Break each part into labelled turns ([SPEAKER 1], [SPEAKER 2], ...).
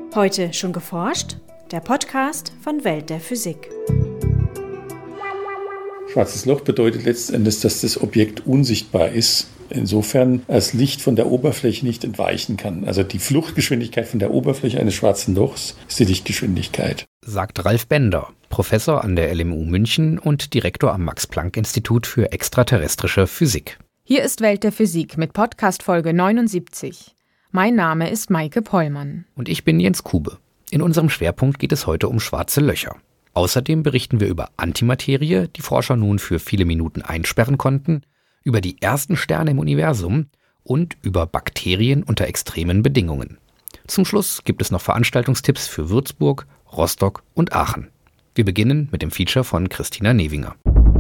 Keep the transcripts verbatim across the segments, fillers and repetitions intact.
[SPEAKER 1] Heute schon geforscht? Der Podcast von Welt der Physik.
[SPEAKER 2] Schwarzes Loch bedeutet letzten Endes, dass das Objekt unsichtbar ist, insofern als Licht von der Oberfläche nicht entweichen kann. Also die Fluchtgeschwindigkeit von der Oberfläche eines schwarzen Lochs ist die Lichtgeschwindigkeit.
[SPEAKER 3] Sagt Ralf Bender, Professor an der L M U München und Direktor am Max-Planck-Institut für extraterrestrische Physik.
[SPEAKER 4] Hier ist Welt der Physik mit Podcast-Folge neunundsiebzig. Mein Name ist Maike Pollmann.
[SPEAKER 3] Und ich bin Jens Kube. In unserem Schwerpunkt geht es heute um schwarze Löcher. Außerdem berichten wir über Antimaterie, die Forscher nun für viele Minuten einsperren konnten, über die ersten Sterne im Universum und über Bakterien unter extremen Bedingungen. Zum Schluss gibt es noch Veranstaltungstipps für Würzburg, Rostock und Aachen. Wir beginnen mit dem Feature von Christina Nevinger.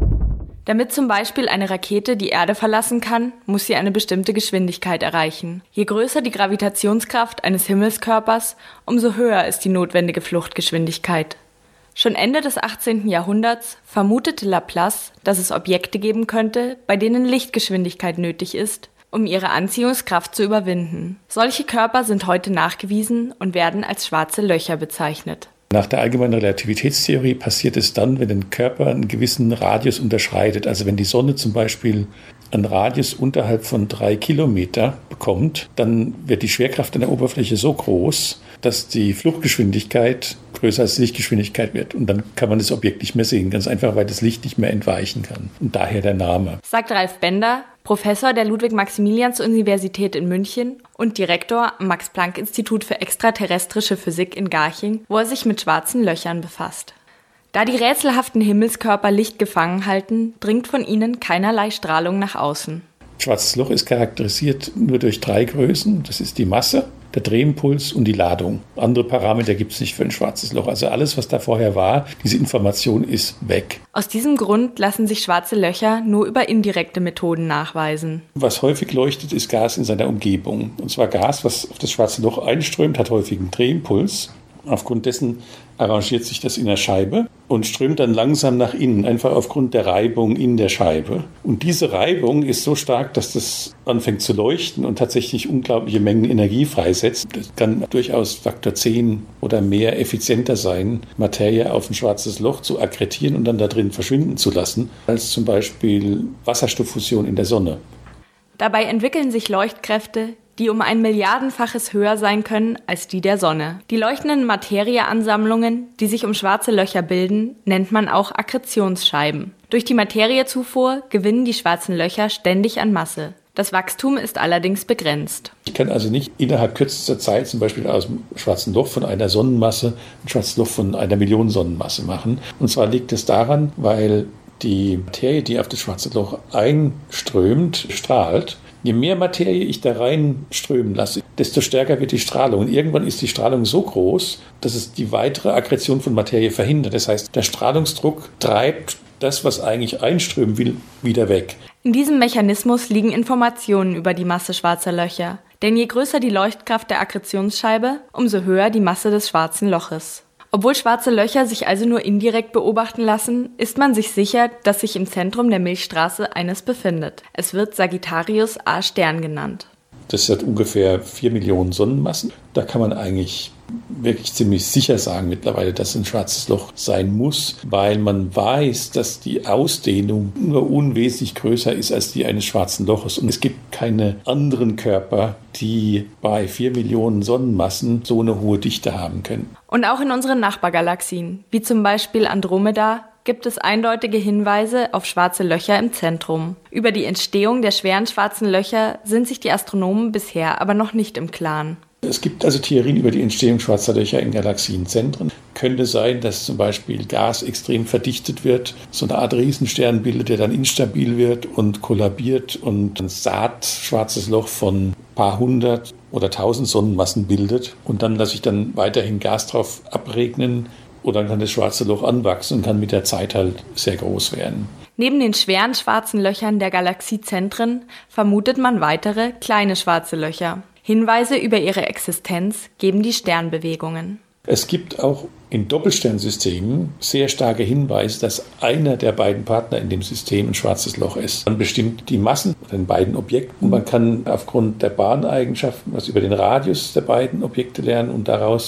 [SPEAKER 5] Damit zum Beispiel eine Rakete die Erde verlassen kann, muss sie eine bestimmte Geschwindigkeit erreichen. Je größer die Gravitationskraft eines Himmelskörpers, umso höher ist die notwendige Fluchtgeschwindigkeit. Schon Ende des achtzehnten Jahrhunderts vermutete Laplace, dass es Objekte geben könnte, bei denen Lichtgeschwindigkeit nötig ist, um ihre Anziehungskraft zu überwinden. Solche Körper sind heute nachgewiesen und werden als schwarze Löcher bezeichnet.
[SPEAKER 2] Nach der allgemeinen Relativitätstheorie passiert es dann, wenn ein Körper einen gewissen Radius unterschreitet. Also wenn die Sonne zum Beispiel einen Radius unterhalb von drei Kilometer bekommt, dann wird die Schwerkraft an der Oberfläche so groß, dass die Fluchtgeschwindigkeit größer als die Lichtgeschwindigkeit wird. Und dann kann man das Objekt nicht mehr sehen, ganz einfach, weil das Licht nicht mehr entweichen kann. Und daher der Name.
[SPEAKER 5] Sagt Ralf Bender, Professor der Ludwig-Maximilians-Universität in München und Direktor am Max-Planck-Institut für extraterrestrische Physik in Garching, wo er sich mit schwarzen Löchern befasst. Da die rätselhaften Himmelskörper Licht gefangen halten, dringt von ihnen keinerlei Strahlung nach außen.
[SPEAKER 2] Schwarzes Loch ist charakterisiert nur durch drei Größen. Das ist die Masse, der Drehimpuls und die Ladung. Andere Parameter gibt es nicht für ein schwarzes Loch. Also alles, was da vorher war, diese Information ist weg.
[SPEAKER 5] Aus diesem Grund lassen sich schwarze Löcher nur über indirekte Methoden nachweisen.
[SPEAKER 2] Was häufig leuchtet, ist Gas in seiner Umgebung. Und zwar Gas, was auf das schwarze Loch einströmt, hat häufig einen Drehimpuls. Aufgrund dessen arrangiert sich das in der Scheibe und strömt dann langsam nach innen, einfach aufgrund der Reibung in der Scheibe. Und diese Reibung ist so stark, dass das anfängt zu leuchten und tatsächlich unglaubliche Mengen Energie freisetzt. Das kann durchaus Faktor zehn oder mehr effizienter sein, Materie auf ein schwarzes Loch zu akkretieren und dann da drin verschwinden zu lassen, als zum Beispiel Wasserstofffusion in der Sonne.
[SPEAKER 5] Dabei entwickeln sich Leuchtkräfte, die um ein Milliardenfaches höher sein können als die der Sonne. Die leuchtenden Materieansammlungen, die sich um schwarze Löcher bilden, nennt man auch Akkretionsscheiben. Durch die Materiezufuhr gewinnen die schwarzen Löcher ständig an Masse. Das Wachstum ist allerdings begrenzt.
[SPEAKER 2] Ich kann also nicht innerhalb kürzester Zeit zum Beispiel aus dem schwarzen Loch von einer Sonnenmasse ein schwarzes Loch von einer Million Sonnenmasse machen. Und zwar liegt es daran, weil die Materie, die auf das schwarze Loch einströmt, strahlt. Je mehr Materie ich da reinströmen lasse, desto stärker wird die Strahlung. Und irgendwann ist die Strahlung so groß, dass es die weitere Akkretion von Materie verhindert. Das heißt, der Strahlungsdruck treibt das, was eigentlich einströmen will, wieder weg.
[SPEAKER 5] In diesem Mechanismus liegen Informationen über die Masse schwarzer Löcher. Denn je größer die Leuchtkraft der Akkretionsscheibe, umso höher die Masse des schwarzen Loches. Obwohl schwarze Löcher sich also nur indirekt beobachten lassen, ist man sich sicher, dass sich im Zentrum der Milchstraße eines befindet. Es wird Sagittarius A Stern genannt.
[SPEAKER 2] Das hat ungefähr vier Millionen Sonnenmassen. Da kann man eigentlich wirklich ziemlich sicher sagen mittlerweile, dass es ein schwarzes Loch sein muss, weil man weiß, dass die Ausdehnung nur unwesentlich größer ist als die eines schwarzen Loches. Und es gibt keine anderen Körper, die bei vier Millionen Sonnenmassen so eine hohe Dichte haben können.
[SPEAKER 5] Und auch in unseren Nachbargalaxien, wie zum Beispiel Andromeda, gibt es eindeutige Hinweise auf schwarze Löcher im Zentrum. Über die Entstehung der schweren schwarzen Löcher sind sich die Astronomen bisher aber noch nicht im Klaren.
[SPEAKER 2] Es gibt also Theorien über die Entstehung schwarzer Löcher in Galaxienzentren. Könnte sein, dass zum Beispiel Gas extrem verdichtet wird, so eine Art Riesenstern bildet, der dann instabil wird und kollabiert und ein Saat-schwarzes Loch von ein paar hundert oder tausend Sonnenmassen bildet. Und dann lasse ich dann weiterhin Gas drauf abregnen. Oder dann kann das schwarze Loch anwachsen und kann mit der Zeit halt sehr groß werden.
[SPEAKER 5] Neben den schweren schwarzen Löchern der Galaxiezentren vermutet man weitere kleine schwarze Löcher. Hinweise über ihre Existenz geben die Sternbewegungen.
[SPEAKER 2] Es gibt auch in Doppelsternsystemen sehr starke Hinweise, dass einer der beiden Partner in dem System ein schwarzes Loch ist. Man bestimmt die Massen von den beiden Objekten. Man kann aufgrund der Bahneigenschaften was über den Radius der beiden Objekte lernen und daraus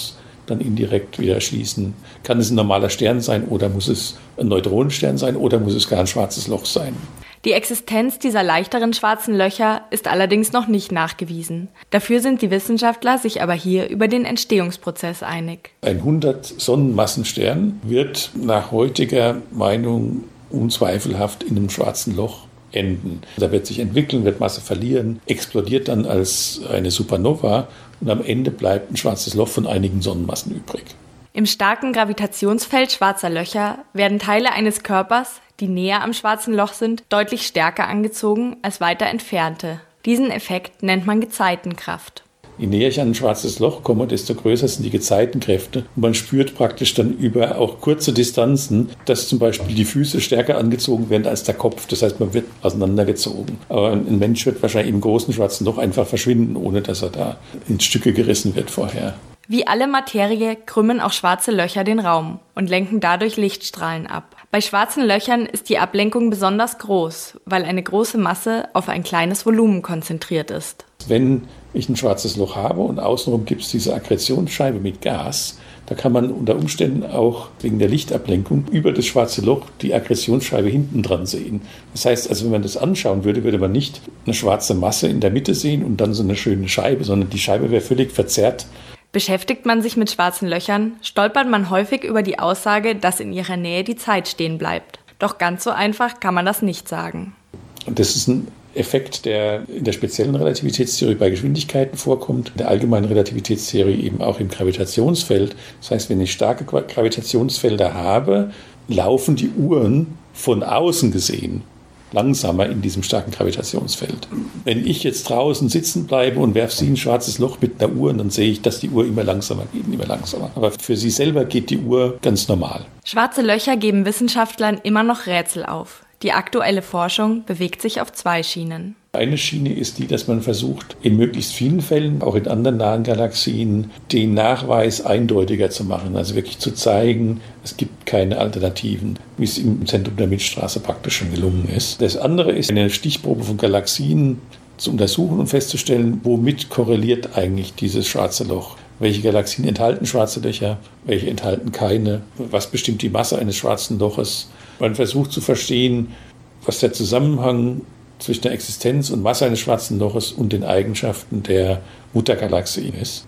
[SPEAKER 2] dann indirekt wieder schließen. Kann es ein normaler Stern sein oder muss es ein Neutronenstern sein oder muss es gar ein schwarzes Loch sein?
[SPEAKER 5] Die Existenz dieser leichteren schwarzen Löcher ist allerdings noch nicht nachgewiesen. Dafür sind die Wissenschaftler sich aber hier über den Entstehungsprozess einig.
[SPEAKER 2] Ein hundert Sonnenmassenstern wird nach heutiger Meinung unzweifelhaft in einem schwarzen Loch enden. Da wird sich entwickeln, wird Masse verlieren, explodiert dann als eine Supernova und am Ende bleibt ein schwarzes Loch von einigen Sonnenmassen übrig.
[SPEAKER 5] Im starken Gravitationsfeld schwarzer Löcher werden Teile eines Körpers, die näher am schwarzen Loch sind, deutlich stärker angezogen als weiter entfernte. Diesen Effekt nennt man Gezeitenkraft.
[SPEAKER 2] Je näher ich an ein schwarzes Loch komme, desto größer sind die Gezeitenkräfte. Und man spürt praktisch dann über auch kurze Distanzen, dass zum Beispiel die Füße stärker angezogen werden als der Kopf. Das heißt, man wird auseinandergezogen. Aber ein Mensch wird wahrscheinlich im großen schwarzen Loch einfach verschwinden, ohne dass er da in Stücke gerissen wird vorher.
[SPEAKER 5] Wie alle Materie krümmen auch schwarze Löcher den Raum und lenken dadurch Lichtstrahlen ab. Bei schwarzen Löchern ist die Ablenkung besonders groß, weil eine große Masse auf ein kleines Volumen konzentriert ist.
[SPEAKER 2] Wenn ich ein schwarzes Loch habe und außenrum gibt es diese Akkretionsscheibe mit Gas, da kann man unter Umständen auch wegen der Lichtablenkung über das schwarze Loch die Akkretionsscheibe hinten dran sehen. Das heißt, also wenn man das anschauen würde, würde man nicht eine schwarze Masse in der Mitte sehen und dann so eine schöne Scheibe, sondern die Scheibe wäre völlig verzerrt.
[SPEAKER 5] Beschäftigt man sich mit schwarzen Löchern, stolpert man häufig über die Aussage, dass in ihrer Nähe die Zeit stehen bleibt. Doch ganz so einfach kann man das nicht sagen.
[SPEAKER 2] Und das ist ein Effekt, der in der speziellen Relativitätstheorie bei Geschwindigkeiten vorkommt, in der allgemeinen Relativitätstheorie eben auch im Gravitationsfeld. Das heißt, wenn ich starke Gravitationsfelder habe, laufen die Uhren von außen gesehen langsamer in diesem starken Gravitationsfeld. Wenn ich jetzt draußen sitzen bleibe und werfe Sie ein schwarzes Loch mit einer Uhr, dann sehe ich, dass die Uhr immer langsamer geht, immer langsamer. Aber für Sie selber geht die Uhr ganz normal.
[SPEAKER 5] Schwarze Löcher geben Wissenschaftlern immer noch Rätsel auf. Die aktuelle Forschung bewegt sich auf zwei Schienen.
[SPEAKER 2] Eine Schiene ist die, dass man versucht, in möglichst vielen Fällen, auch in anderen nahen Galaxien, den Nachweis eindeutiger zu machen. Also wirklich zu zeigen, es gibt keine Alternativen, wie es im Zentrum der Milchstraße praktisch schon gelungen ist. Das andere ist, eine Stichprobe von Galaxien zu untersuchen und festzustellen, womit korreliert eigentlich dieses schwarze Loch. Welche Galaxien enthalten schwarze Löcher, welche enthalten keine, was bestimmt die Masse eines schwarzen Loches. Man versucht zu verstehen, was der Zusammenhang zwischen der Existenz und Masse eines schwarzen Loches und den Eigenschaften der Muttergalaxien ist.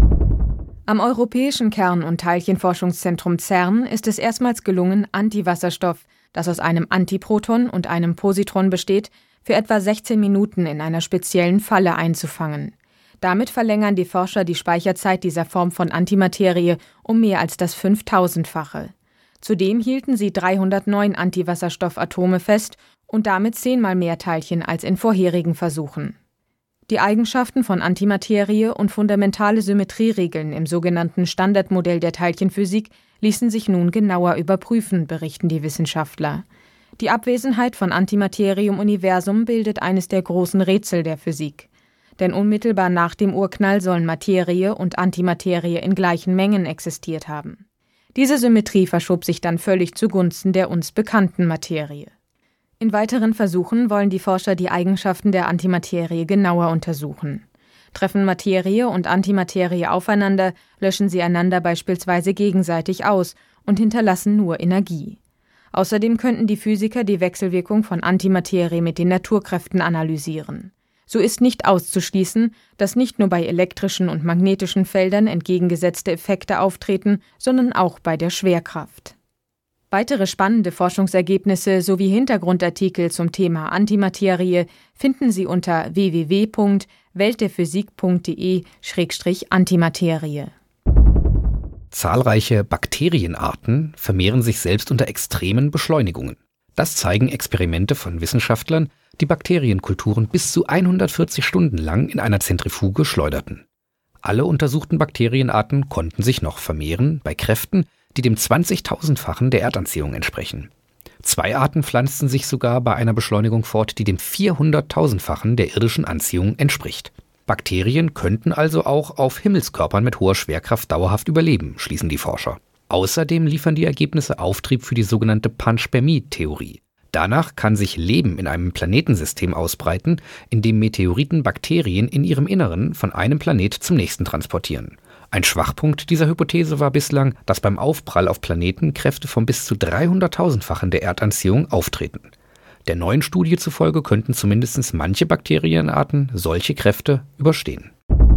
[SPEAKER 4] Am Europäischen Kern- und Teilchenforschungszentrum CERN ist es erstmals gelungen, Antiwasserstoff, das aus einem Antiproton und einem Positron besteht, für etwa sechzehn Minuten in einer speziellen Falle einzufangen. Damit verlängern die Forscher die Speicherzeit dieser Form von Antimaterie um mehr als das fünftausendfache. Zudem hielten sie dreihundertneun Antiwasserstoffatome fest und damit zehnmal mehr Teilchen als in vorherigen Versuchen. Die Eigenschaften von Antimaterie und fundamentale Symmetrieregeln im sogenannten Standardmodell der Teilchenphysik ließen sich nun genauer überprüfen, berichten die Wissenschaftler. Die Abwesenheit von Antimaterie im Universum bildet eines der großen Rätsel der Physik. Denn unmittelbar nach dem Urknall sollen Materie und Antimaterie in gleichen Mengen existiert haben. Diese Symmetrie verschob sich dann völlig zugunsten der uns bekannten Materie. In weiteren Versuchen wollen die Forscher die Eigenschaften der Antimaterie genauer untersuchen. Treffen Materie und Antimaterie aufeinander, löschen sie einander beispielsweise gegenseitig aus und hinterlassen nur Energie. Außerdem könnten die Physiker die Wechselwirkung von Antimaterie mit den Naturkräften analysieren. So ist nicht auszuschließen, dass nicht nur bei elektrischen und magnetischen Feldern entgegengesetzte Effekte auftreten, sondern auch bei der Schwerkraft. Weitere spannende Forschungsergebnisse sowie Hintergrundartikel zum Thema Antimaterie finden Sie unter w w w punkt welt der physik punkt d e slash antimaterie.
[SPEAKER 3] Zahlreiche Bakterienarten vermehren sich selbst unter extremen Beschleunigungen. Das zeigen Experimente von Wissenschaftlern, die Bakterienkulturen bis zu hundertvierzig Stunden lang in einer Zentrifuge schleuderten. Alle untersuchten Bakterienarten konnten sich noch vermehren bei Kräften, die dem zwanzigtausendfachen der Erdanziehung entsprechen. Zwei Arten pflanzten sich sogar bei einer Beschleunigung fort, die dem vierhunderttausendfachen der irdischen Anziehung entspricht. Bakterien könnten also auch auf Himmelskörpern mit hoher Schwerkraft dauerhaft überleben, schließen die Forscher. Außerdem liefern die Ergebnisse Auftrieb für die sogenannte Panspermie-Theorie. Danach kann sich Leben in einem Planetensystem ausbreiten, in dem Meteoriten Bakterien in ihrem Inneren von einem Planet zum nächsten transportieren. Ein Schwachpunkt dieser Hypothese war bislang, dass beim Aufprall auf Planeten Kräfte von bis zu dreihunderttausendfachen der Erdanziehung auftreten. Der neuen Studie zufolge könnten zumindest manche Bakterienarten solche Kräfte überstehen.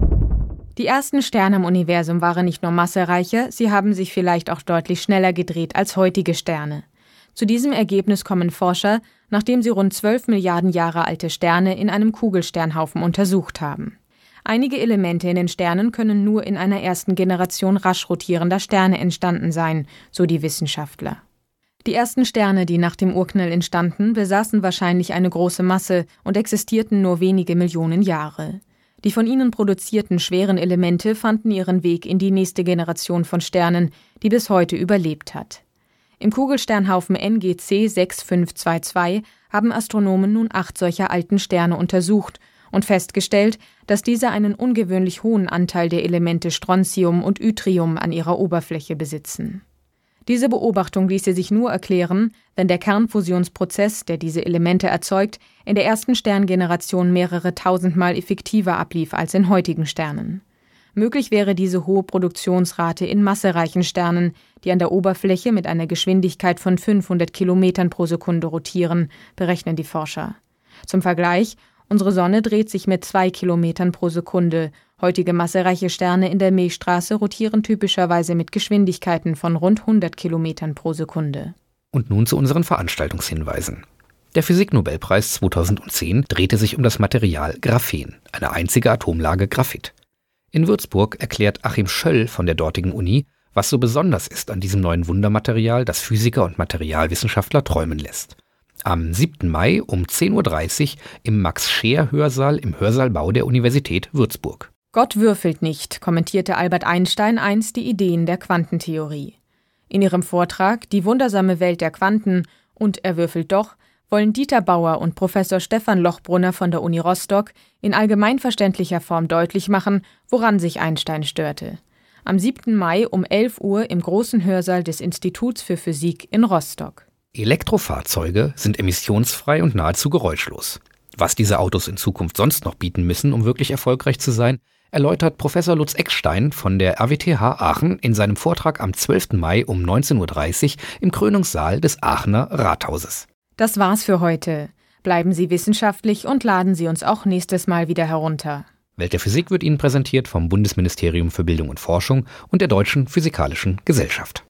[SPEAKER 4] Die ersten Sterne im Universum waren nicht nur massereicher, sie haben sich vielleicht auch deutlich schneller gedreht als heutige Sterne. Zu diesem Ergebnis kommen Forscher, nachdem sie rund zwölf Milliarden Jahre alte Sterne in einem Kugelsternhaufen untersucht haben. Einige Elemente in den Sternen können nur in einer ersten Generation rasch rotierender Sterne entstanden sein, so die Wissenschaftler. Die ersten Sterne, die nach dem Urknall entstanden, besaßen wahrscheinlich eine große Masse und existierten nur wenige Millionen Jahre. Die von ihnen produzierten schweren Elemente fanden ihren Weg in die nächste Generation von Sternen, die bis heute überlebt hat. Im Kugelsternhaufen N G C sechs fünf zwei zwei haben Astronomen nun acht solcher alten Sterne untersucht und festgestellt, dass diese einen ungewöhnlich hohen Anteil der Elemente Strontium und Yttrium an ihrer Oberfläche besitzen. Diese Beobachtung ließe sich nur erklären, wenn der Kernfusionsprozess, der diese Elemente erzeugt, in der ersten Sterngeneration mehrere tausendmal effektiver ablief als in heutigen Sternen. Möglich wäre diese hohe Produktionsrate in massereichen Sternen, die an der Oberfläche mit einer Geschwindigkeit von fünfhundert Kilometern pro Sekunde rotieren, berechnen die Forscher. Zum Vergleich: Unsere Sonne dreht sich mit zwei Kilometern pro Sekunde. Heutige massereiche Sterne in der Milchstraße rotieren typischerweise mit Geschwindigkeiten von rund hundert Kilometern pro Sekunde.
[SPEAKER 3] Und nun zu unseren Veranstaltungshinweisen. Der Physiknobelpreis zweitausendzehn drehte sich um das Material Graphen, eine einzige Atomlage Graphit. In Würzburg erklärt Achim Schöll von der dortigen Uni, was so besonders ist an diesem neuen Wundermaterial, das Physiker und Materialwissenschaftler träumen lässt. Am siebten Mai um zehn Uhr dreißig im Max-Scheer-Hörsaal im Hörsaalbau der Universität Würzburg.
[SPEAKER 4] Gott würfelt nicht, kommentierte Albert Einstein einst die Ideen der Quantentheorie. In ihrem Vortrag »Die wundersame Welt der Quanten« und »Er würfelt doch« wollen Dieter Bauer und Professor Stefan Lochbrunner von der Uni Rostock in allgemeinverständlicher Form deutlich machen, woran sich Einstein störte. Am siebten Mai um elf Uhr im großen Hörsaal des Instituts für Physik in Rostock.
[SPEAKER 3] Elektrofahrzeuge sind emissionsfrei und nahezu geräuschlos. Was diese Autos in Zukunft sonst noch bieten müssen, um wirklich erfolgreich zu sein, erläutert Professor Lutz Eckstein von der R W T H Aachen in seinem Vortrag am zwölften Mai um neunzehn Uhr dreißig im Krönungssaal des Aachener Rathauses.
[SPEAKER 4] Das war's für heute. Bleiben Sie wissenschaftlich und laden Sie uns auch nächstes Mal wieder herunter.
[SPEAKER 3] Welt der Physik wird Ihnen präsentiert vom Bundesministerium für Bildung und Forschung und der Deutschen Physikalischen Gesellschaft.